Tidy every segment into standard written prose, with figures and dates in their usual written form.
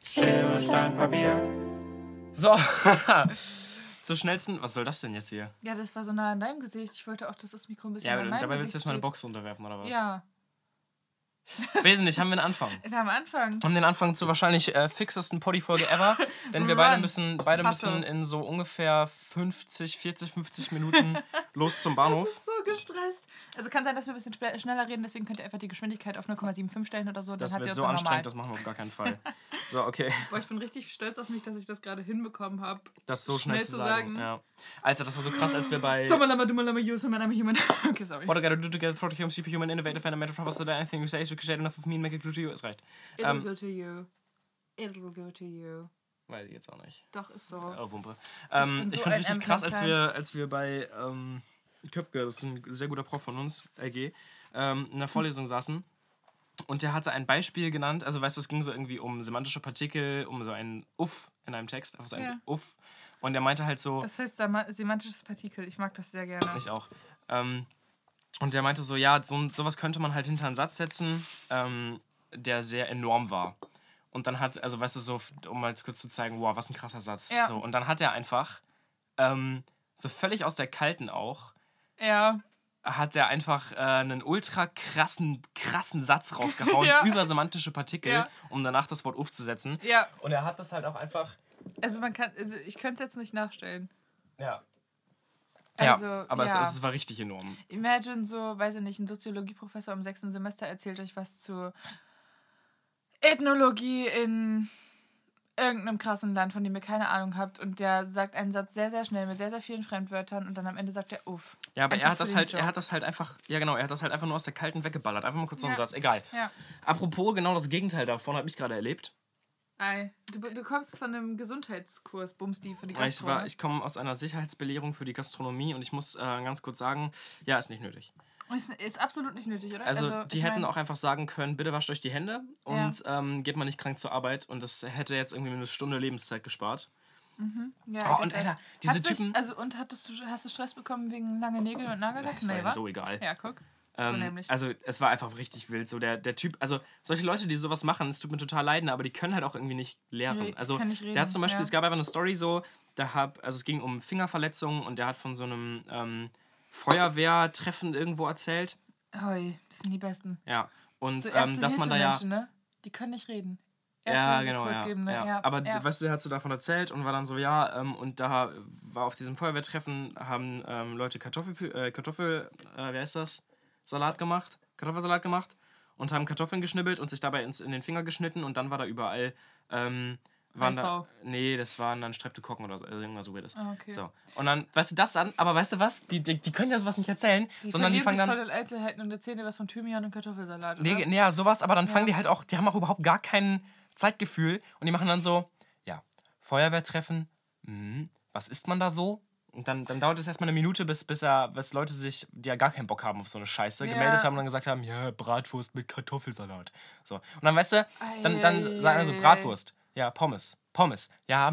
Schere, Stein, Papier. So, zur schnellsten... Was soll das denn jetzt hier? Ja, das war so nah an deinem Gesicht. Ich wollte auch, dass das Mikro ein bisschen Ja, an meinem dabei willst Gesicht du jetzt mal eine steht. Box unterwerfen, oder was? Ja, Wesentlich, haben wir einen Anfang. wir haben Anfang. Haben den Anfang zur wahrscheinlich fixesten Poddy-Folge ever. Denn wir beide müssen in so ungefähr 50 Minuten los zum Bahnhof. Das ist so gestresst. Also kann sein, dass wir ein bisschen schneller reden, deswegen könnt ihr einfach die Geschwindigkeit auf 0,75 stellen oder so. Dann Das habt ihr wird uns so dann anstrengend, normal. das machen wir auf gar keinen Fall. So, okay. Boah, ich bin richtig stolz auf mich, dass ich das gerade hinbekommen habe. Das so schnell zu sagen. sagen. Ja. Alter, das war so krass, als wir bei... Samalama, dumalama, you, samalama, human. Okay, sorry. What I gotta do to get through to human, superhuman, innovative, and a matter of that anything you say is ricochet enough of me and make it glue to you. Es reicht. It'll go to you. It'll go to you. Weiß ich jetzt auch nicht. Doch, ist so. Oh, Wumpe. bin Ich so fand's ein richtig krass, Emblem-Fan. als wir bei Köpke, das ist ein sehr guter Prof von uns, LG, in der Vorlesung saßen. Und der hatte ein Beispiel genannt, also weißt du, es ging so irgendwie um semantische Partikel, um so ein Uff in einem Text, einfach so ein Uff. Und der meinte halt so... Das heißt semantisches Partikel. Ich mag das sehr gerne. Ich auch. Und der meinte so, ja, sowas könnte man halt hinter einen Satz setzen, der sehr enorm war. Und dann hat, also weißt du, so, um mal kurz zu zeigen, wow, was ein krasser Satz. Ja. So, und dann hat er einfach, so völlig aus der Kalten auch, Ja. hat er einfach einen ultra krassen Satz rausgehauen Ja. über semantische Partikel, Ja. um danach das Wort Uff zu setzen. Ja. Und er hat das halt auch einfach... Also ich könnte es jetzt nicht nachstellen. Ja. Also, ja, aber ja. Es war richtig enorm. Imagine so, weiß ich nicht, ein Soziologieprofessor im 6. Semester erzählt euch was zu Ethnologie in irgendeinem krassen Land, von dem ihr keine Ahnung habt, und der sagt einen Satz sehr, sehr schnell mit sehr, sehr vielen Fremdwörtern und dann am Ende sagt er uff. Ja, aber Einfach er hat das für den halt Joke. einfach nur aus der Kalten weggeballert. Einfach mal kurz so einen Ja. Satz, egal. Ja. Apropos, genau das Gegenteil davon habe ich gerade erlebt. Ei. Du kommst von einem Gesundheitskurs, Bumsti, für die Gastro. Ich komme aus einer Sicherheitsbelehrung für die Gastronomie und ich muss ganz kurz sagen, ja, ist nicht nötig. Ist absolut nicht nötig, oder? Also die ich hätten mein, auch einfach sagen können, bitte wascht euch die Hände und geht mal nicht krank zur Arbeit, und das hätte jetzt irgendwie eine Stunde Lebenszeit gespart. Ja, Oh, und Alter, diese Typen... hast du Stress bekommen wegen lange Nägel und Nagellack? Das war Nee, ihnen wa? so egal. Ja, guck. So nämlich. Also es war einfach richtig wild. So der Typ, also solche Leute, die sowas machen, es tut mir total leid, aber die können halt auch irgendwie nicht lehren. Also können nicht reden, der hat zum Beispiel, ja. es gab einfach eine Story so, es ging um Fingerverletzungen und der hat von so einem Feuerwehrtreffen irgendwo erzählt. Hoi, das sind die Besten. Ja. Und So dass man da ja... Erste-Hilfe-Menschen, ne? Die können nicht reden. Ja, genau, Kursgebende, ja. Aber weißt du, der hat so davon erzählt und war dann so, ja, und da war auf diesem Feuerwehrtreffen, haben Leute Kartoffelsalat gemacht und haben Kartoffeln geschnibbelt und sich dabei in den Finger geschnitten, und dann war da überall, das waren dann Streptokokken oder so, irgendwas so weirdes. Ah, okay. So. Und dann, weißt du, das dann, aber weißt du was, die können ja sowas nicht erzählen, sondern die fangen dann... voll in Einzelheiten und erzählen dir was von Thymian und Kartoffelsalat, oder? Nee, ja, sowas, aber dann fangen die halt auch, die haben auch überhaupt gar kein Zeitgefühl und die machen dann so, ja, Feuerwehrtreffen, was isst man da so? Und dann dauert es erstmal eine Minute, bis Leute sich, die ja gar keinen Bock haben auf so eine Scheiße, gemeldet haben und dann gesagt haben, ja, Bratwurst mit Kartoffelsalat. So. Und dann, weißt du, dann sagen sie so, Bratwurst, ja, Pommes, ja,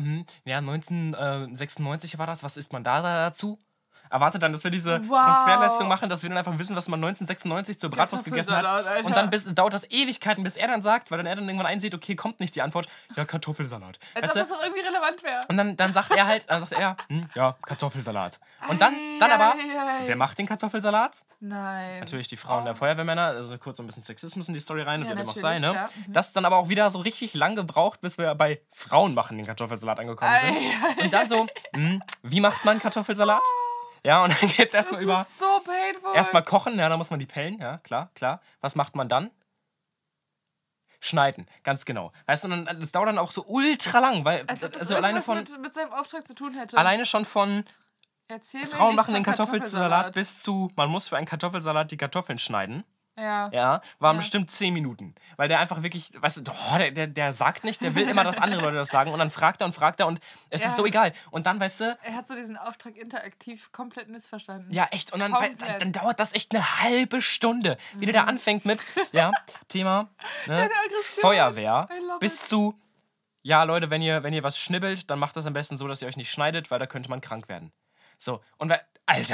1996 war das, was isst man da dazu? Erwartet dann, dass wir diese Transferleistung machen, dass wir dann einfach wissen, was man 1996 zur Bratwurst gegessen hat. Alter. Und dann dauert das Ewigkeiten, bis er dann sagt, weil dann er dann irgendwann einsieht, okay, kommt nicht die Antwort, ja, Kartoffelsalat. Als ob das doch irgendwie relevant wäre. Und dann sagt er halt, ja, Kartoffelsalat. Und dann aber, wer macht den Kartoffelsalat? Nein. Natürlich die Frauen der Feuerwehrmänner, also kurz so ein bisschen Sexismus in die Story rein, wie dem auch sei, ne? klar. Das dann aber auch wieder so richtig lang gebraucht, bis wir bei Frauen machen den Kartoffelsalat angekommen sind. Und dann so, wie macht man Kartoffelsalat? Ja, und dann geht's erstmal über. Das ist so painful. Erstmal kochen, ja, dann muss man die pellen, ja, klar. Was macht man dann? Schneiden, ganz genau. Weißt du, das dauert dann auch so ultra lang, weil Als ob das also alleine mit seinem Auftrag zu tun hätte. alleine schon von Erzähl mir Frauen nichts machen den von Kartoffelsalat bis zu, man muss für einen Kartoffelsalat die Kartoffeln schneiden. Ja. Waren bestimmt 10 Minuten. Weil der einfach wirklich, weißt du, der sagt nicht, der will immer, dass andere Leute das sagen. Und dann fragt er und es ist so egal. Und dann, weißt du... Er hat so diesen Auftrag interaktiv komplett missverstanden. Ja, echt. Und dann dauert das echt eine halbe Stunde. Wie der da anfängt mit, Thema Feuerwehr bis zu, ja, Leute, wenn ihr was schnibbelt, dann macht das am besten so, dass ihr euch nicht schneidet, weil da könnte man krank werden. So, und Alter...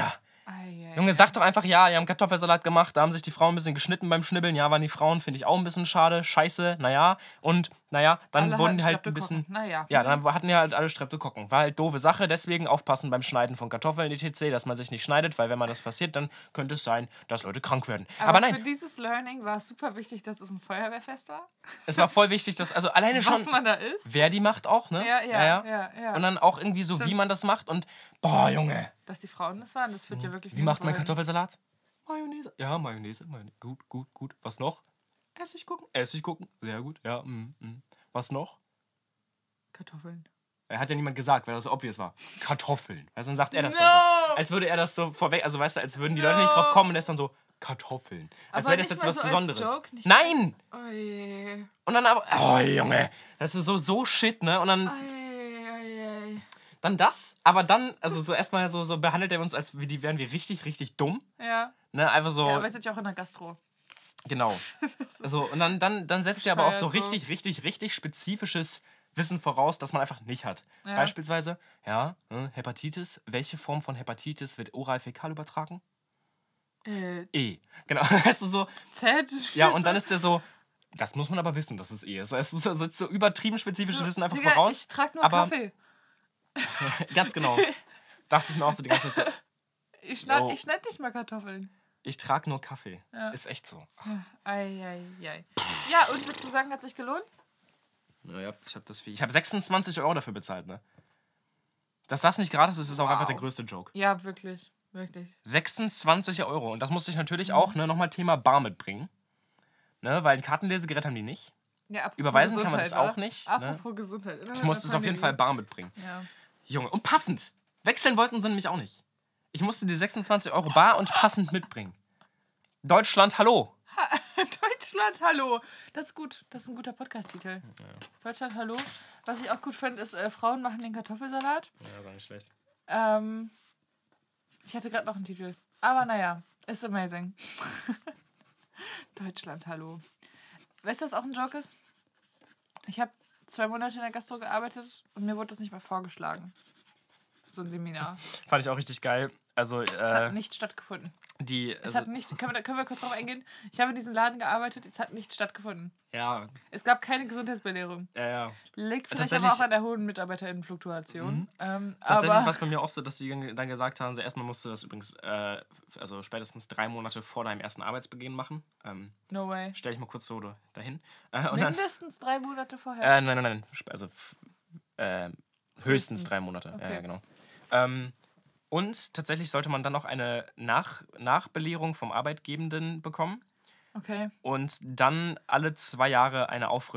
Junge, sag doch einfach, ja, die haben Kartoffelsalat gemacht, da haben sich die Frauen ein bisschen geschnitten beim Schnibbeln. Ja, waren die Frauen, finde ich auch ein bisschen schade. Scheiße, naja. Und, naja, dann Alle wurden die hatten halt ein bisschen... Streptokokken. Naja. Ja, dann hatten die halt alle Streptokokken. War halt doofe Sache, deswegen aufpassen beim Schneiden von Kartoffeln etc., dass man sich nicht schneidet, weil wenn man das passiert, dann könnte es sein, dass Leute krank werden. Aber nein, für dieses Learning war es super wichtig, dass es ein Feuerwehrfest war. es war voll wichtig, dass, also alleine schon, Was man da isst. wer die macht auch, ne? Ja. Und dann auch irgendwie so, wie man das macht und, boah, Junge. Dass die Frauen das waren, das führt ja wirklich Wie macht man nirgendwo hin. Kartoffelsalat? Mayonnaise. Ja, Mayonnaise. Gut. Was noch? Essig gucken. Sehr gut. Ja, Was noch? Kartoffeln. Er hat ja niemand gesagt, weil das so obvious war. Kartoffeln. Weißt du, dann sagt er das dann so. Als würde er das so vorweg, also weißt du, als würden die Leute nicht drauf kommen und er ist dann so, Kartoffeln. Als wäre das jetzt was Besonderes. Joke, Nein! Oh je. Und dann aber, oh Junge, das ist so shit, ne? Und dann... Dann das, aber dann, also so erstmal so behandelt er uns, als wären wir richtig, richtig dumm. Ja. Ne, einfach so. Er arbeitet ja auch in der Gastro. Genau. Also, und dann setzt er aber auch so Bescheuert, richtig, richtig, richtig spezifisches Wissen voraus, das man einfach nicht hat. Ja. Beispielsweise, Hepatitis. Welche Form von Hepatitis wird oral-fäkal übertragen? E. Genau. Weißt du, so. Z. Ja, und dann ist er so, das muss man aber wissen, dass es E ist. Es ist so übertrieben spezifisches Wissen einfach Digga, voraus. Ich trage nur aber Kaffee. Ganz genau. Dachte ich mir auch so die ganze Zeit. Ich schneid nicht mal Kartoffeln. Ich trage nur Kaffee. Ja. Ist echt so. Ei. Ja, und würdest du sagen, hat sich gelohnt? Naja, ich habe 26 € dafür bezahlt, ne? Dass das nicht gratis ist, ist auch einfach der größte Joke. Ja, wirklich. 26 €. Und das musste ich natürlich auch, ne, nochmal Thema Bar mitbringen. Ne, weil ein Kartenlesegerät haben die nicht. Ja, Überweisen kann man das auch nicht. Apropos Gesundheit. Ich musste es auf jeden Fall bar mitbringen. Ja. Junge, und passend. Wechseln wollten sie nämlich auch nicht. Ich musste die 26 € bar und passend mitbringen. Deutschland, hallo. Deutschland, hallo. Das ist gut. Das ist ein guter Podcast-Titel. Ja. Deutschland, hallo. Was ich auch gut finde, ist, Frauen machen den Kartoffelsalat. Ja, ist auch nicht schlecht. Ich hatte gerade noch einen Titel. Aber naja, ist amazing. Deutschland, hallo. Weißt du, was auch ein Joke ist? Ich habe 2 Monate in der Gastro gearbeitet und mir wurde das nicht mal vorgeschlagen. So ein Seminar. Fand ich auch richtig geil. Also, es hat nicht stattgefunden. Können wir kurz drauf eingehen? Ich habe in diesem Laden gearbeitet, es hat nicht stattgefunden. Ja. Es gab keine Gesundheitsbelehrung. Ja. Liegt vielleicht aber auch an der hohen MitarbeiterInnenfluktuation. Tatsächlich war es bei mir auch so, dass die dann gesagt haben, so erstmal musst du das übrigens also spätestens 3 Monate vor deinem ersten Arbeitsbeginn machen. No way. Stell dich mal kurz so dahin. Mindestens 3 Monate vorher? Nein. Also höchstens 3 Monate. Okay. Ja, genau. Und tatsächlich sollte man dann noch eine Nachbelehrung vom Arbeitgebenden bekommen. Okay. Und dann alle 2 Jahre eine alle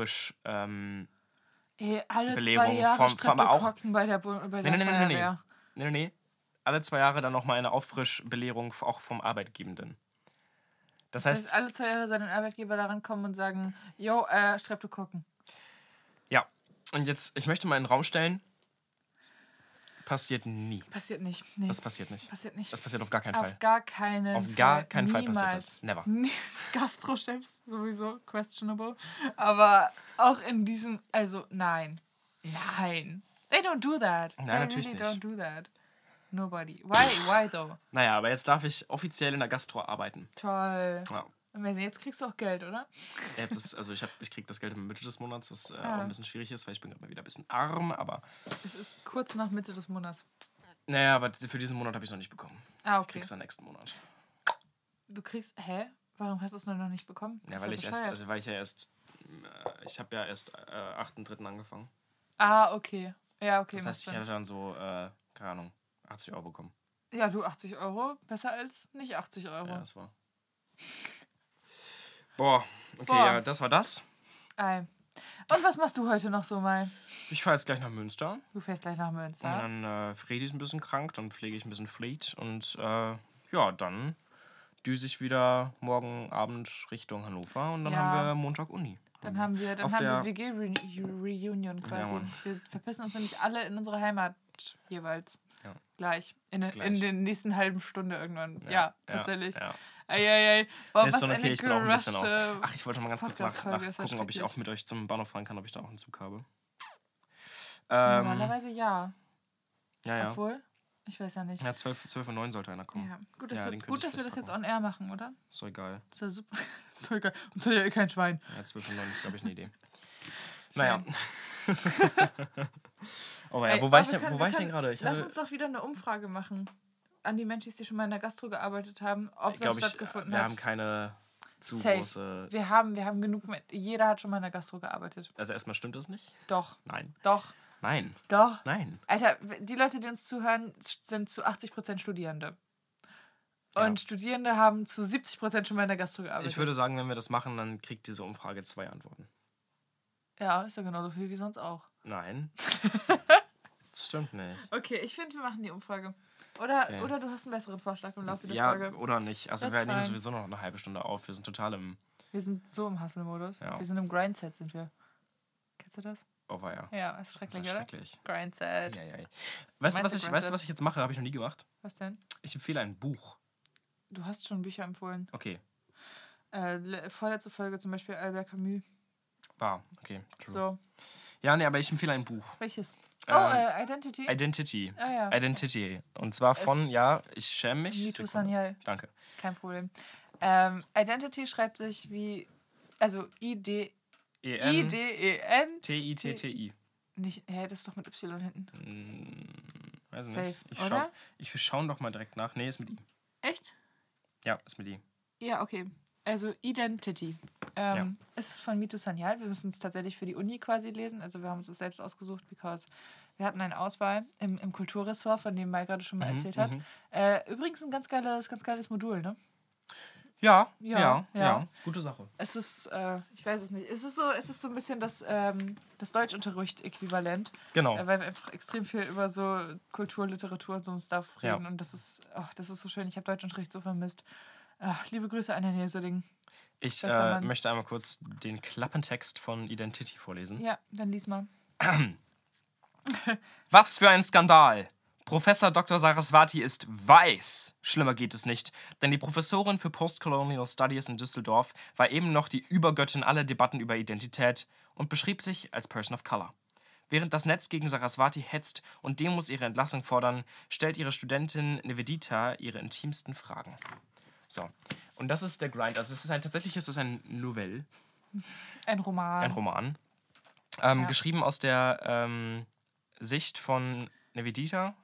Belehrung 2 Jahre Streptokokken bei der Feuerwehr. Nee. Alle 2 Jahre dann nochmal eine Auffrischbelehrung auch vom Arbeitgebenden. Das heißt, alle 2 Jahre seinen Arbeitgeber daran kommen und sagen, yo, Streptokokken. Ja. Und jetzt, ich möchte mal in den Raum stellen, passiert nie. Passiert nicht. Nee. Das passiert nicht. Das passiert auf gar keinen Fall. Auf gar keinen Fall passiert das. Never. Gastro-Chefs sowieso questionable. Aber auch in diesem, also nein. They don't do that. Nein, natürlich really nicht. Don't do that. Nobody. Why though? Naja, aber jetzt darf ich offiziell in der Gastro arbeiten. Toll. Ja. Jetzt kriegst du auch Geld, oder? Ja, ich krieg das Geld in der Mitte des Monats, was auch ein bisschen schwierig ist, weil ich bin gerade mal wieder ein bisschen arm, aber... Es ist kurz nach Mitte des Monats. Naja, aber für diesen Monat habe ich es noch nicht bekommen. Okay. Ich krieg's dann nächsten Monat. Du kriegst... Warum hast du es noch nicht bekommen? Ja, ich habe ja erst 8.3. angefangen. Okay. Ja, okay. Das heißt, ich hätte dann so, keine Ahnung, 80 € bekommen. Ja, du 80 €, besser als nicht 80 €. Ja, das war... Boah, okay, ja, das war das. Und was machst du heute noch so mal? Ich fahre jetzt gleich nach Münster. Du fährst gleich nach Münster. Und dann Fredi ist ein bisschen krank, dann pflege ich ein bisschen Fleet und dann düse ich wieder morgen Abend Richtung Hannover und dann haben wir Montag Uni. Dann haben wir WG-Reunion quasi. Wir verpissen uns nämlich alle in unsere Heimat jeweils. Ja. Gleich. In der nächsten halben Stunde irgendwann. Ja, tatsächlich. Ja. Ei. Boah, ist schon okay, ich bin auch ein bisschen auf. Ach, ich wollte mal ganz kurz nachgucken, ob ich auch mit euch zum Bahnhof fahren kann, ob ich da auch einen Zug habe. Normalerweise ja. Ja. Obwohl, Ich weiß ja nicht. Ja, 12:09 sollte einer kommen. Ja, gut, dass wir das jetzt on air machen, oder? Ist doch egal. Ist ja super. Ist doch egal. Und ja kein Schwein. Ja, 12:09 ist, glaube ich, eine Idee. Naja. Oh ja, wo war ich denn gerade? Lass uns doch wieder eine Umfrage machen an die Menschen, die schon mal in der Gastro gearbeitet haben, ob das stattgefunden hat. Wir haben keine zu große... Wir haben genug... Jeder hat schon mal in der Gastro gearbeitet. Also erstmal stimmt das nicht? Doch. Nein. Doch. Nein. Doch. Nein. Alter, die Leute, die uns zuhören, sind zu 80% Studierende. Und Studierende haben zu 70% schon mal in der Gastro gearbeitet. Ich würde sagen, wenn wir das machen, dann kriegt diese Umfrage 2 Antworten. Ja, ist ja genauso viel wie sonst auch. Nein. Das stimmt nicht. Okay, ich finde, wir machen die Umfrage. Oder du hast einen besseren Vorschlag im Laufe der Folge. Ja, oder nicht. Also wir nehmen sowieso noch eine halbe Stunde auf. Wir sind total im... Wir sind so im Hustle-Modus. Ja. Wir sind im Grindset, sind wir. Kennst du das? Oh, war ja. Ja, ist schrecklich, das ist schrecklich. Oder? Grindset. Ja. Weißt du, was ich jetzt mache? Habe ich noch nie gemacht. Was denn? Ich empfehle ein Buch. Du hast schon Bücher empfohlen. Okay. Vorletzte Folge zum Beispiel Albert Camus. War, okay. True. So. Ja, nee, aber ich empfehle ein Buch. Welches? Identity? Identity. Ah, ja. Identity. Und zwar von, ich schäme mich. Mitu Sanyal. Danke. Kein Problem. Identity schreibt sich wie, also I-D-E-N T-I-T-T-I. Nicht, das ist doch mit Y hinten. Weiß Safe, nicht. oder? Wir schauen doch mal direkt nach. Nee, ist mit I. Echt? Ja, ist mit I. Ja, okay. Also Identity. Es ist von Mitu Sanyal. Wir müssen es tatsächlich für die Uni quasi lesen. Also wir haben uns das selbst ausgesucht, because wir hatten eine Auswahl im Kulturressort, von dem Mai gerade schon mal erzählt hat. Übrigens ein ganz geiles Modul, ne? Ja. Gute Sache. Es ist, ich weiß es nicht, es ist so ein bisschen das Deutschunterricht-Äquivalent. Genau. Weil wir einfach extrem viel über so Kultur, Literatur und so Stuff reden. Und das ist so schön. Ich habe Deutschunterricht so vermisst. Liebe Grüße an Herrn Jeseling. Ich möchte einmal kurz den Klappentext von Identity vorlesen. Ja, dann lies mal. Was für ein Skandal! Professor Dr. Saraswati ist weiß. Schlimmer geht es nicht, denn die Professorin für Postcolonial Studies in Düsseldorf war eben noch die Übergöttin aller Debatten über Identität und beschrieb sich als Person of Color. Während das Netz gegen Saraswati hetzt und Demos ihre Entlassung fordern, stellt ihre Studentin Nivedita ihre intimsten Fragen. So, und das ist der Grind. Also tatsächlich ist es ein Novell. Ein Roman. Geschrieben aus der Sicht von Nivedita.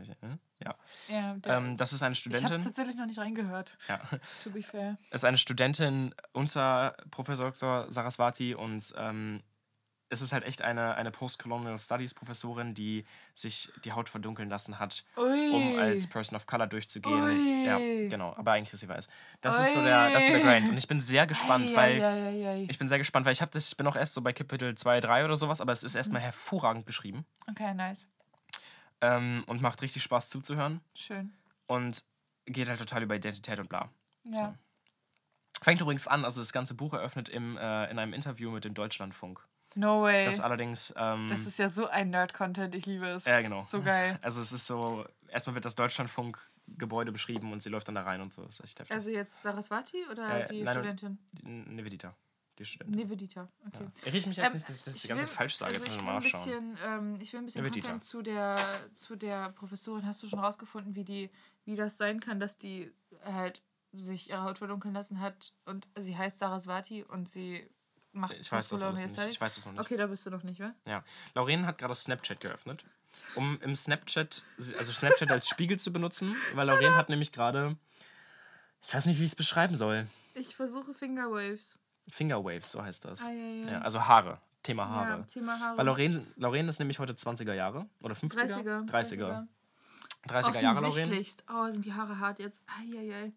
Ja. Das ist eine Studentin. Ich habe tatsächlich noch nicht reingehört. Ja. To be fair. Es ist eine Studentin unter Professor Dr. Saraswati und es ist halt echt eine Postcolonial Studies Professorin, die sich die Haut verdunkeln lassen hat, um als Person of Color durchzugehen. Ui. Ja, genau. Aber eigentlich ist sie weiß. Das ist so der Grind. Und ich bin sehr gespannt, weil ich bin auch erst so bei Kapitel 2, 3 oder sowas, aber es ist erstmal hervorragend geschrieben. Okay, nice. Und macht richtig Spaß zuzuhören. Schön. Und geht halt total über Identität und bla. Ja. So. Fängt übrigens an, also das ganze Buch eröffnet in einem Interview mit dem Deutschlandfunk. No way. Das allerdings... das ist ja so ein Nerd-Content, ich liebe es. Ja, genau. So geil. Also es ist so, erstmal wird das Deutschlandfunk-Gebäude beschrieben und sie läuft dann da rein und so. Das ist echt heftig. Also jetzt Saraswati oder die Studentin? Nivedita. Die Studentin. Nivedita, okay. Ja. Ich rieche mich jetzt nicht, dass ich die ganze Zeit falsch sage. Jetzt müssen wir mal nachschauen. Ich will ein bisschen Content zu der Professorin. Hast du schon rausgefunden, wie das sein kann, dass die halt sich ihre Haut verdunkeln lassen hat und sie heißt Saraswati und sie macht Ich weiß das noch nicht. Okay, da bist du noch nicht, wa? Ja. Lauren hat gerade Snapchat geöffnet, um im Snapchat als Spiegel zu benutzen, weil Lauren hat nämlich gerade, ich weiß nicht, wie ich es beschreiben soll. Ich versuche Fingerwaves. Fingerwaves, so heißt das. Ja. Also Haare. Thema Haare. Ja, Thema Haare. Weil Lauren ist nämlich heute 20er Jahre oder 50er? 30er. 30er Jahre, Lauren. Oh, sind die Haare hart jetzt. Eieiei.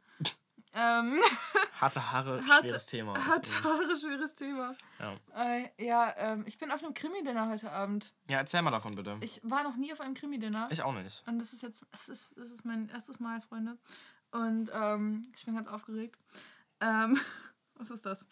Harte Haare, schweres Thema. Harte Haare, schweres Thema. Ja. Ich bin auf einem Krimi-Dinner heute Abend. Ja, erzähl mal davon, bitte. Ich war noch nie auf einem Krimi-Dinner. Ich auch nicht. Und das ist mein erstes Mal, Freunde. Und ich bin ganz aufgeregt. Was ist das?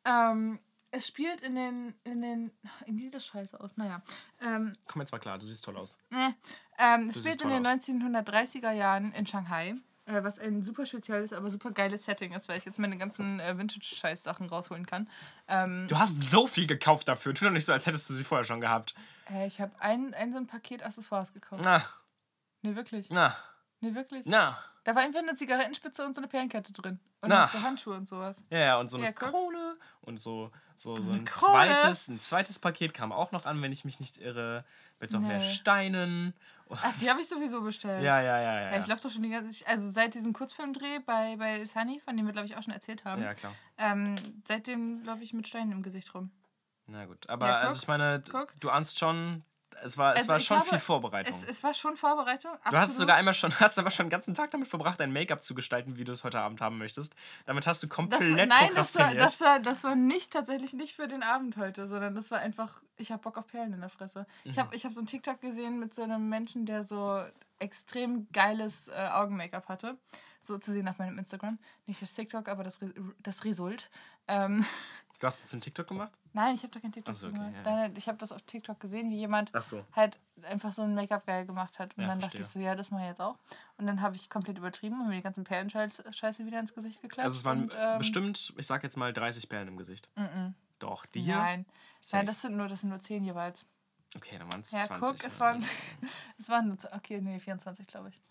Es spielt wie sieht das scheiße aus? Naja. Komm jetzt mal klar, du siehst toll aus. Es spielt in den 1930er Jahren in Shanghai. Was ein super spezielles, aber super geiles Setting ist, weil ich jetzt meine ganzen Vintage-Scheiß-Sachen rausholen kann. Du hast so viel gekauft dafür. Tu doch nicht so, als hättest du sie vorher schon gehabt. Ich habe so ein Paket Accessoires gekauft. Nee, wirklich. Na. Nee, wirklich. Na. Da war einfach eine Zigarettenspitze und so eine Perlenkette drin. Und so Handschuhe und sowas. Ja, und so eine Krone und so ein zweites Paket kam auch noch an, wenn ich mich nicht irre. Mit noch mehr Steinen. Ach, die habe ich sowieso bestellt. Ja. Ich laufe doch schon die ganze Zeit. Also seit diesem Kurzfilmdreh bei Sunny, von dem wir, glaube ich, auch schon erzählt haben. Ja, klar. Seitdem laufe ich mit Steinen im Gesicht rum. Na gut, aber also ich meine, du ahnst schon... Es war schon viel Vorbereitung. Es war schon Vorbereitung, absolut. Du hast aber schon den ganzen Tag damit verbracht, dein Make-up zu gestalten, wie du es heute Abend haben möchtest. Damit hast du komplett prokrastiniert. Das war tatsächlich nicht für den Abend heute, sondern das war einfach, ich habe Bock auf Perlen in der Fresse. Ich hab so einen TikTok gesehen mit so einem Menschen, der so extrem geiles Augen-Make-up hatte. So zu sehen auf meinem Instagram. Nicht das TikTok, aber das Result. Du hast jetzt einen TikTok gemacht? Nein, ich habe da kein TikTok gemacht. Ja. Ich habe das auf TikTok gesehen, wie jemand halt einfach so ein Make-up-Geil gemacht hat. Und dann dachte ich so, ja, das mache ich jetzt auch. Und dann habe ich komplett übertrieben und mir die ganzen Perlenscheiße wieder ins Gesicht geklatscht. Also es waren bestimmt, ich sag jetzt mal 30 Perlen im Gesicht. Doch, die hier? Nein, das sind nur 10 jeweils. Okay, dann waren es 20. Ja, guck, es waren nur... Okay, nee, 24, glaube ich.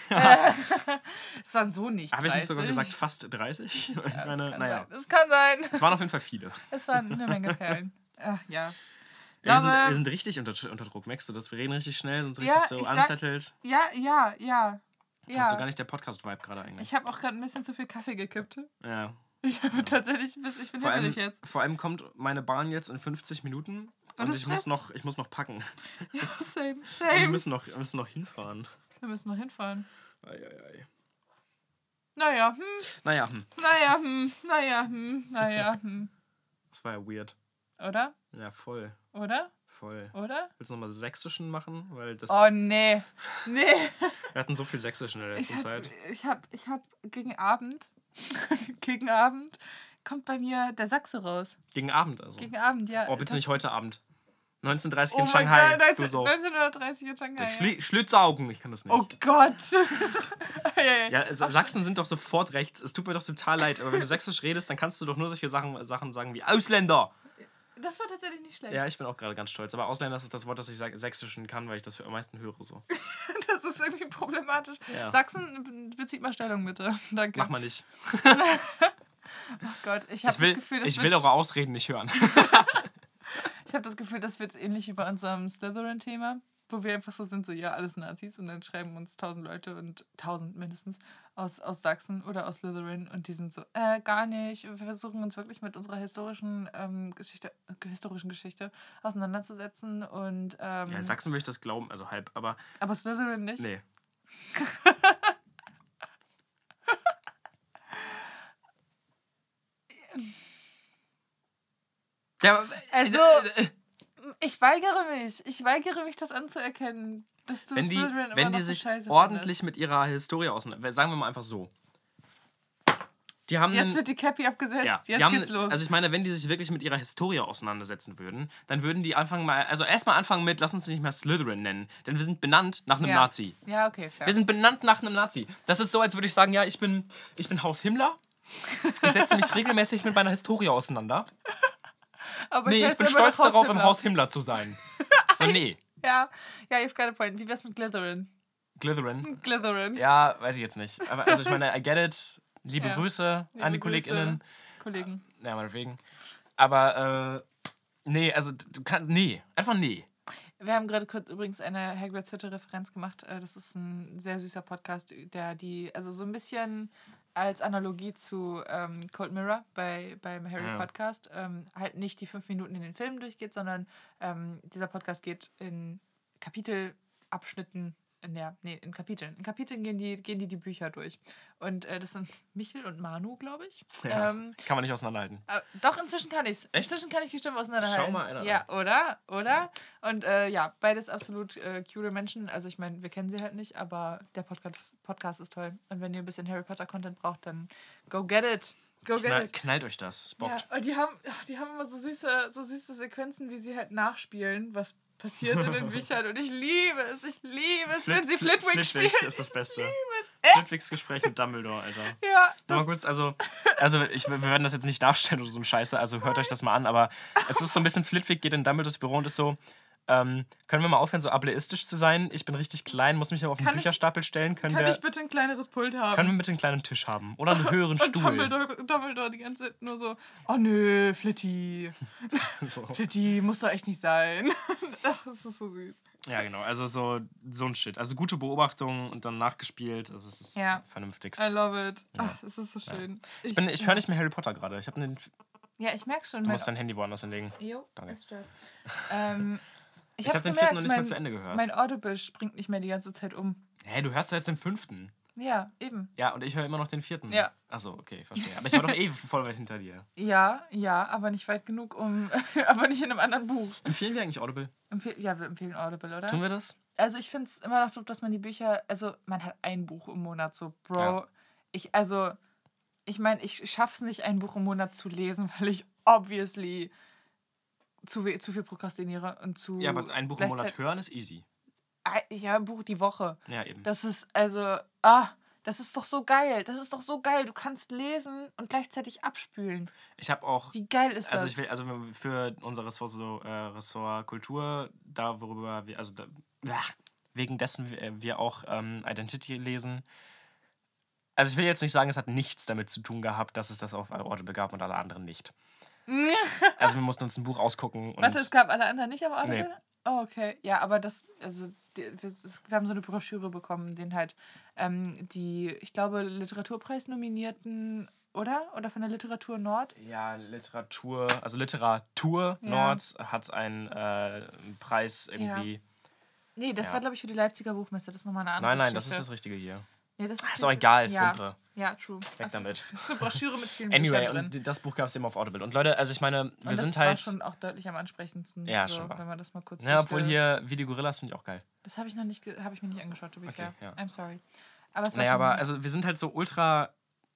Es waren so nicht 30. Habe ich nicht sogar gesagt fast 30? Ja, das kann sein. Es waren auf jeden Fall viele. Es waren eine Menge Perlen. Ach, ja. Wir sind richtig unter Druck, merkst du das? Wir reden richtig schnell, sind richtig so unsettled. Ja. Das ist so gar nicht der Podcast-Vibe gerade eigentlich. Ich habe auch gerade ein bisschen zu viel Kaffee gekippt. Ja. Ich habe tatsächlich ich bin hibbelig jetzt. Vor allem kommt meine Bahn jetzt in 50 Minuten und ich muss noch packen. Ja, same. Und wir müssen noch hinfahren. Wir müssen noch hinfahren. Ei. Naja. Das war ja weird. Oder? Ja, voll. Oder? Voll. Oder? Willst du nochmal Sächsischen machen? Weil das oh, nee. Wir hatten so viel Sächsisch in der letzten Zeit. Ich hab gegen Abend kommt bei mir der Sachse raus. Gegen Abend also? Gegen Abend, ja. Oh, bitte nicht heute Abend. 1930 in Shanghai. 1930 in Shanghai. Schlitzaugen, ich kann das nicht. Oh Gott. Ja, Sachsen sind doch sofort rechts. Es tut mir doch total leid, aber wenn du Sächsisch redest, dann kannst du doch nur solche Sachen sagen wie Ausländer. Das war tatsächlich nicht schlecht. Ja, ich bin auch gerade ganz stolz. Aber Ausländer ist das Wort, das ich Sächsischen kann, weil ich das am meisten höre. So. Das ist irgendwie problematisch. Ja. Sachsen, bezieht mal Stellung bitte. Danke. Mach mal nicht. Oh Gott, ich habe das Gefühl, ich will eure Ausreden nicht hören. Ich habe das Gefühl, das wird ähnlich wie bei unserem Slytherin-Thema, wo wir einfach so sind, so ja, alles Nazis und dann schreiben uns 1000 Leute und 1000 mindestens aus Sachsen oder aus Slytherin und die sind so, gar nicht. Wir versuchen uns wirklich mit unserer historischen Geschichte auseinanderzusetzen und ja, in Sachsen würde ich das glauben, also halb, aber Slytherin nicht? Nee. Ja, also, ich weigere mich, das anzuerkennen, dass du Slytherin wenn die sich ordentlich mit ihrer Historie auseinandersetzen, sagen wir mal einfach so. Jetzt wird die Cappy abgesetzt, jetzt geht's los. Also ich meine, wenn die sich wirklich mit ihrer Historie auseinandersetzen würden, dann würden die erstmal anfangen mit, lass uns nicht mehr Slytherin nennen, denn wir sind benannt nach einem Nazi. Ja, okay, fair. Wir sind benannt nach einem Nazi. Das ist so, als würde ich sagen, ja, ich bin Haus Himmler. Ich setze mich regelmäßig mit meiner Historie auseinander. Aber ich bin stolz darauf, im Haus Himmler zu sein. So, nee. Ja, you've got a point. Wie wär's mit Slytherin? Slytherin? Ja, weiß ich jetzt nicht. Aber also ich meine, I get it. Liebe Grüße an die Kollegen. Ja, meinetwegen. Aber, nee, also du kannst, nee. Einfach nee. Wir haben gerade kurz übrigens eine Hagrid's Hütte-Referenz gemacht. Das ist ein sehr süßer Podcast, der also so ein bisschen als Analogie zu Cold Mirror beim Harry-Podcast halt nicht die 5 Minuten in den Filmen durchgeht, sondern dieser Podcast geht in Kapitelabschnitten. In Kapiteln. In Kapiteln gehen die Bücher durch. Und das sind Michel und Manu, glaube ich. Ja, kann man nicht auseinanderhalten. Doch, inzwischen kann ich es. Inzwischen kann ich die Stimme auseinanderhalten. Schau mal einer Ja, oder? Und beides absolut cute Menschen. Also ich meine, wir kennen sie halt nicht, aber der Podcast ist toll. Und wenn ihr ein bisschen Harry Potter-Content braucht, dann go get it. Knallt euch das. Bockt. Ja, und die haben immer so süße Sequenzen, wie sie halt nachspielen, was passiert in den Büchern und ich liebe es, wenn sie Flitwick spielen. Flitwick ist das Beste. Flitwicks Gespräch mit Dumbledore, Alter. Ja. Mal kurz, wir werden das jetzt nicht nachstellen oder so ein Scheiße, also hört euch das mal an, aber es ist so ein bisschen, Flitwick geht in Dumbledores Büro und ist so, können wir mal aufhören, so ableistisch zu sein? Ich bin richtig klein, muss mich aber auf den Bücherstapel stellen. Kann ich bitte ein kleineres Pult haben? Können wir bitte einen kleinen Tisch haben? Oder einen höheren Stuhl? Und Dumbledore die ganze Zeit nur so, oh nö, Flitty. So. Flitty, muss doch echt nicht sein. Ach, das ist so süß. Ja, genau. Also so ein Shit. Also gute Beobachtung und dann nachgespielt. Also es ist vernünftigst. I love it. Ach, es ist so schön. Ja. Ich höre nicht mehr Harry Potter gerade. Ja, ich merke schon. Du musst dein Handy woanders hinlegen. Jo, danke. Das stört. Ich habe den 4. noch nicht mal zu Ende gehört. Mein Audible springt nicht mehr die ganze Zeit um. Hä, du hörst doch jetzt den 5. Ja, eben. Ja, und ich höre immer noch den 4. Ja. Achso, okay, verstehe. Aber ich war doch voll weit hinter dir. Ja, aber nicht weit genug, aber nicht in einem anderen Buch. Empfehlen wir eigentlich Audible? Ja, wir empfehlen Audible, oder? Tun wir das? Also ich finde es immer noch doof, dass man die Bücher, also man hat ein Buch im Monat, so, Bro. Ja. Ich schaffe es nicht, ein Buch im Monat zu lesen, weil ich obviously zu viel prokrastiniere und zu... Ja, aber ein Buch im Monat hören ist easy. Ja, ein Buch die Woche. Ja, eben. Das ist, das ist doch so geil. Das ist doch so geil. Du kannst lesen und gleichzeitig abspülen. Ich habe auch... Wie geil ist das? Also für unser Ressort Kultur, da worüber wir... wegen dessen wir auch Identity lesen. Also ich will jetzt nicht sagen, es hat nichts damit zu tun gehabt, dass es das auf Audible gab und alle anderen nicht. Also wir mussten uns ein Buch ausgucken. Warte, es gab alle anderen nicht auf Audible? Nee. Oh, okay. Ja, aber wir haben so eine Broschüre bekommen, den halt die, ich glaube, Literaturpreis-Nominierten, oder? Oder von der Literatur Nord? Ja, Literatur Nord hat einen Preis irgendwie. Ja. Nee, das war, glaube ich, für die Leipziger Buchmesse. Das ist nochmal eine andere Nein, das ist das Richtige hier. Ja, das ist auch egal, ist Wumpe. Ja, true. Weg damit. Das ist eine Broschüre mit vielen Anyway, Büchern drin. Und das Buch gab es eben auf Audible. Und Leute, also ich meine, wir sind halt... Das war schon auch deutlich am ansprechendsten. Ja, so, schon. Wenn man das mal kurz... Ja, obwohl hier Video Gorillas finde ich auch geil. Das habe ich noch nicht, habe ich mir nicht angeschaut, to be fair. Ja. I'm sorry. Aber es war aber also wir sind halt so ultra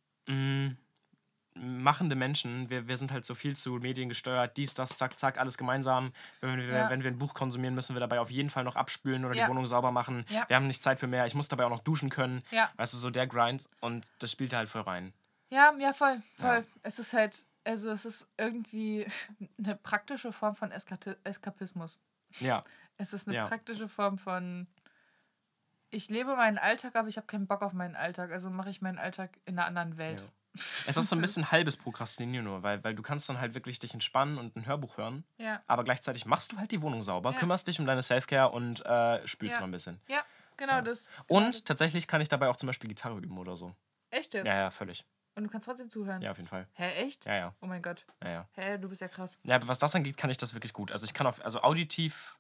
machende Menschen. Wir sind halt so viel zu Medien gesteuert, dies, das, zack, zack, alles gemeinsam. Wenn wir ein Buch konsumieren, müssen wir dabei auf jeden Fall noch abspülen oder die Wohnung sauber machen. Ja. Wir haben nicht Zeit für mehr. Ich muss dabei auch noch duschen können. Ja. Weißt du, so der Grind. Und das spielt halt voll rein. Ja, voll. Ja. Es ist halt, also es ist irgendwie eine praktische Form von Eskapismus. Ja. Es ist eine praktische Form von, ich lebe meinen Alltag, aber ich habe keinen Bock auf meinen Alltag. Also mache ich meinen Alltag in einer anderen Welt. Ja. Es ist so ein bisschen halbes Prokrastinieren nur, weil du kannst dann halt wirklich dich entspannen und ein Hörbuch hören, aber gleichzeitig machst du halt die Wohnung sauber, kümmerst dich um deine Selfcare und spülst noch ein bisschen. Ja, genau so. Das. Und tatsächlich kann ich dabei auch zum Beispiel Gitarre üben oder so. Echt jetzt? Ja, völlig. Und du kannst trotzdem zuhören? Ja, auf jeden Fall. Hä, echt? Ja. Oh mein Gott. Ja. Hä, du bist ja krass. Ja, aber was das angeht, kann ich das wirklich gut. Also ich kann auditiv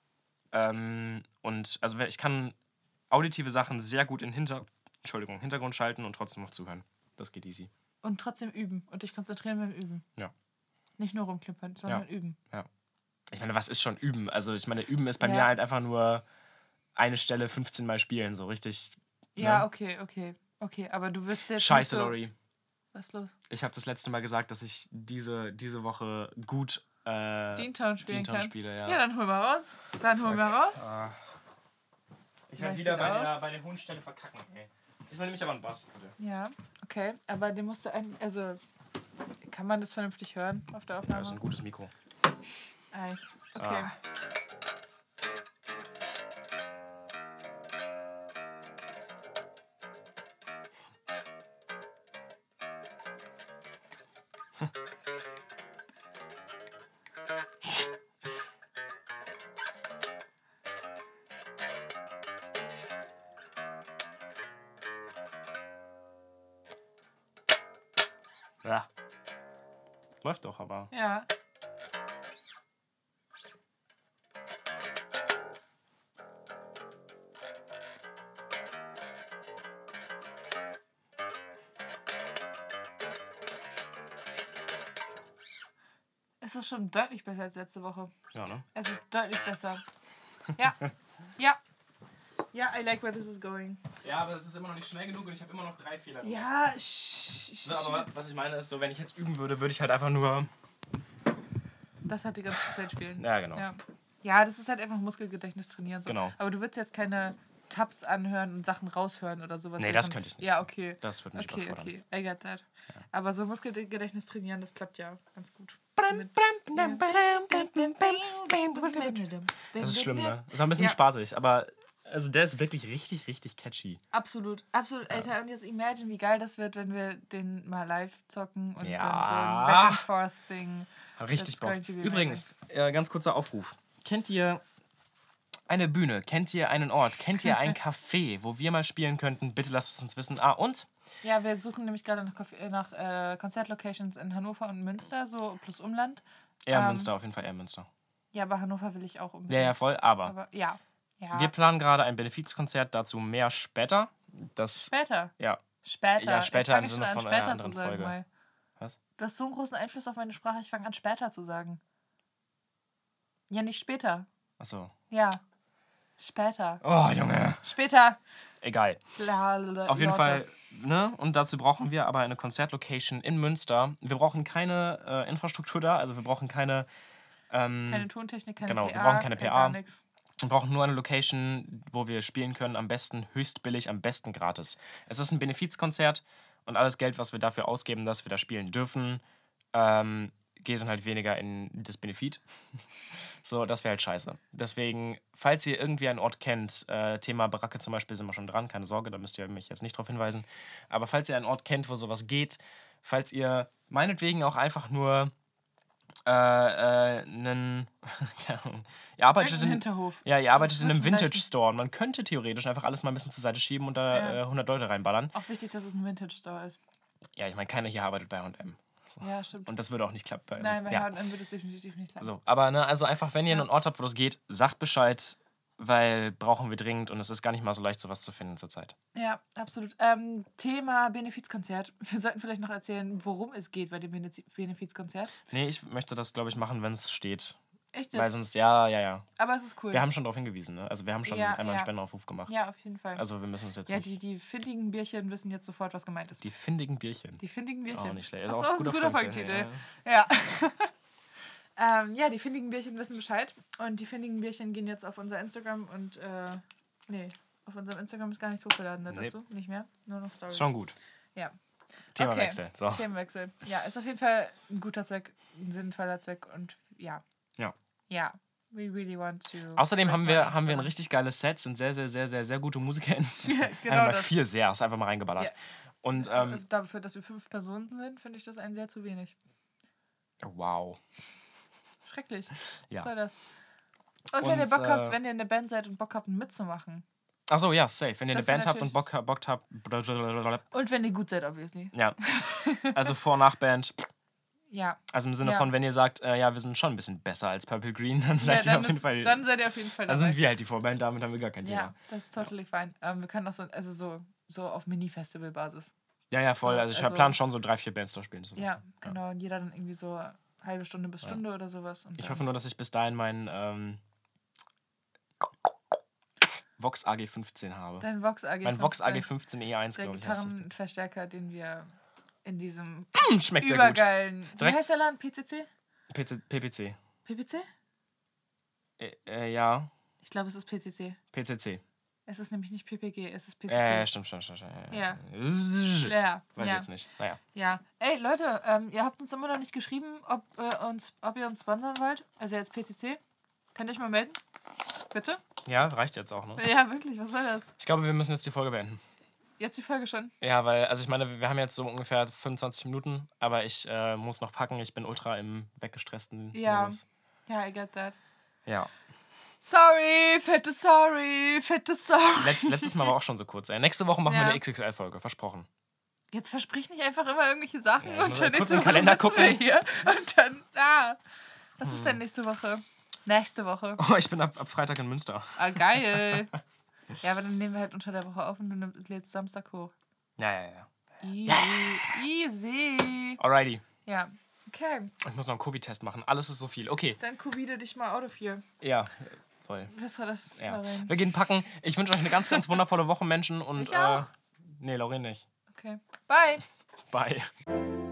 ich kann auditive Sachen sehr gut in Hintergrund schalten und trotzdem noch zuhören. Das geht easy. Und trotzdem üben und dich konzentrieren beim Üben. Ja. Nicht nur rumklippern, sondern üben. Ja. Ich meine, was ist schon üben? Also ich meine, üben ist bei mir halt einfach nur eine Stelle 15 Mal spielen, so richtig. Ja, okay, aber du wirst jetzt Scheiße, Lori. Was ist los? Ich habe das letzte Mal gesagt, dass ich diese Woche gut Deantown spiele, ja. Ja, dann hol mal raus. Ich werde wieder bei der hohen Stelle verkacken, ey. Diesmal nehme ich aber einen Bass, bitte. Ja, okay. Aber den musst du kann man das vernünftig hören auf der Aufnahme? Ja, ist ein gutes Mikro. Okay. Ja. Läuft doch, aber. Ja. Es ist schon deutlich besser als letzte Woche. Ja, ne? Es ist deutlich besser. Ja. Ja, I like where this is going. Ja, aber es ist immer noch nicht schnell genug und ich habe immer noch 3 Fehler gemacht. Ja, so, aber was ich meine ist, so wenn ich jetzt üben würde, würde ich halt einfach nur... Das halt die ganze Zeit spielen. Ja, genau. Ja, das ist halt einfach Muskelgedächtnis trainieren. So. Genau. Aber du würdest jetzt keine Tabs anhören und Sachen raushören oder sowas. Nee, das könnte ich nicht. Ja, okay. Das würde mich überfordern. Okay, I get that. Ja. Aber so Muskelgedächtnis trainieren, das klappt ja ganz gut. Das ist schlimm, ne? Das ist ein bisschen spaßig, aber also der ist wirklich richtig, richtig catchy. Absolut, absolut, Alter. Und jetzt imagine, wie geil das wird, wenn wir den mal live zocken und dann so ein Back-and-Forth-Ding. Richtig Bock. Übrigens, ganz kurzer Aufruf. Kennt ihr eine Bühne? Kennt ihr einen Ort? Kennt ihr ein Café, wo wir mal spielen könnten? Bitte lasst es uns wissen. Und? Ja, wir suchen nämlich gerade nach Konzertlocations in Hannover und Münster, so plus Umland. Eher Münster, auf jeden Fall eher Münster. Ja, aber Hannover will ich auch unbedingt. Ja, voll, aber ja. Wir planen gerade ein Benefizkonzert, dazu mehr später. Später? Ja. Später. Ja, später im Sinne von einer anderen Folge. Mal. Was? Du hast so einen großen Einfluss auf meine Sprache, ich fange an, später zu sagen. Ja, nicht später. Ach so. Ja. Später. Oh, Junge. Später. Egal. Auf jeden Fall, ne? Und dazu brauchen wir aber eine Konzertlocation in Münster. Wir brauchen keine Infrastruktur da, also wir brauchen keine Tontechnik, keine PA. Genau, wir brauchen keine PA. Wir brauchen nur eine Location, wo wir spielen können, am besten höchst billig, am besten gratis. Es ist ein Benefizkonzert und alles Geld, was wir dafür ausgeben, dass wir da spielen dürfen, geht dann halt weniger in das Benefit. So, das wäre halt scheiße. Deswegen, falls ihr irgendwie einen Ort kennt, Thema Baracke zum Beispiel sind wir schon dran, keine Sorge, da müsst ihr mich jetzt nicht drauf hinweisen. Aber falls ihr einen Ort kennt, wo sowas geht, falls ihr meinetwegen auch einfach nur ihr arbeitet in einem Vintage-Store und man könnte theoretisch einfach alles mal ein bisschen zur Seite schieben und da 100 Leute reinballern. Auch wichtig, dass es ein Vintage-Store ist. Ja, ich meine, keiner hier arbeitet bei H&M. So. Ja, stimmt. Und das würde auch nicht klappen. Also, nein, bei H&M würde es definitiv nicht klappen. So, aber ne, also einfach, wenn ihr einen Ort habt, wo das geht, sagt Bescheid, weil brauchen wir dringend und es ist gar nicht mal so leicht, sowas zu finden zurzeit. Ja, absolut. Thema Benefizkonzert. Wir sollten vielleicht noch erzählen, worum es geht bei dem Benefizkonzert. Nee, ich möchte das, glaube ich, machen, wenn es steht. Echt jetzt? Weil sonst, ja. Aber es ist cool. Wir haben schon darauf hingewiesen, ne? Also wir haben schon einmal einen Spendenaufruf gemacht. Ja, auf jeden Fall. Also wir müssen uns jetzt die findigen Bierchen wissen jetzt sofort, was gemeint ist. Die findigen Bierchen? Die findigen Bierchen. Oh, nicht schlecht. Achso, das ist ein guter Folgentitel. Ja. Die findigen Bierchen wissen Bescheid. Und die findigen Bierchen gehen jetzt auf unser Instagram und, auf unserem Instagram ist gar nichts hochgeladen dazu. Nicht mehr, nur noch Stories. Ist schon gut. Ja. Themawechsel. So. Themawechsel. Ja, ist auf jeden Fall ein guter Zweck, ein sinnvoller Zweck und ja. Ja. We really want to. Außerdem haben wir ein richtig geiles Set, sind sehr, sehr, sehr, sehr, sehr gute MusikerInnen. Ja, genau. Das. 4 sehr, ist einfach mal reingeballert. Ja. Und dafür, dass wir 5 Personen sind, finde ich das ein sehr zu wenig. Wow. Schrecklich. Ja. Was soll das? Und wenn ihr Bock habt, wenn ihr in der Band seid und Bock habt, mitzumachen. Achso, ja, safe. Wenn ihr eine Band habt und Bock habt. Und wenn ihr gut seid, obviously. Ja. Also Vor- und Nachband. Ja. Also im Sinne von, wenn ihr sagt, wir sind schon ein bisschen besser als Purple Green, dann seid ihr auf jeden Fall. Dann seid ihr auf jeden Fall dabei. Dann sind wir halt die Vorband, damit haben wir gar kein Thema. Ja, das ist totally fine. Wir können auch so auf Mini-Festival-Basis. Ja, voll. Also ich plane schon so 3-4 Bands da spielen zu lassen. Ja, genau. Und jeder dann irgendwie so halbe Stunde bis Stunde oder sowas. Und ich hoffe nur, dass ich bis dahin meinen Vox AG15 habe. Dein Vox AG15. Mein Vox AG15 E1, glaube ich. Der Gitarrenverstärker, den wir in diesem schmeckt übergeilen... Wie heißt der Laden? PCC? PPC. PPC? Ja. Ich glaube, es ist PCC. PCC. Es ist nämlich nicht PPG, es ist PCC. Stimmt. Ja. Weiß ich jetzt nicht. Naja. Ja. Ey, Leute, ihr habt uns immer noch nicht geschrieben, ob ihr uns sponsern wollt. Also jetzt PCC. Könnt ihr euch mal melden? Bitte? Ja, reicht jetzt auch, ne? Ja, wirklich, was soll das? Ich glaube, wir müssen jetzt die Folge beenden. Jetzt die Folge schon? Ja, weil, also ich meine, wir haben jetzt so ungefähr 25 Minuten, aber ich muss noch packen. Ich bin ultra im weggestressten Modus. Ja, I get that. Ja. Sorry, fette Sorry. Letztes Mal war auch schon so kurz. Nächste Woche machen wir eine XXL-Folge, versprochen. Jetzt versprich nicht einfach immer irgendwelche Sachen und dann kurz im Kalender gucken. Hier und dann, was ist denn nächste Woche? Nächste Woche. Oh, ich bin ab Freitag in Münster. Ah, geil. Ja, aber dann nehmen wir halt unter der Woche auf und du lädst Samstag hoch. Ja. Easy. Alrighty. Ja, okay. Ich muss noch einen Covid-Test machen. Alles ist so viel. Okay. Dann Covide dich mal out of here. Ja, toll. Was war das? Ja. Wir gehen packen. Ich wünsche euch eine ganz, ganz wundervolle Woche, Menschen. Und, ich auch. Nee, Lauren nicht. Okay. Bye. Bye.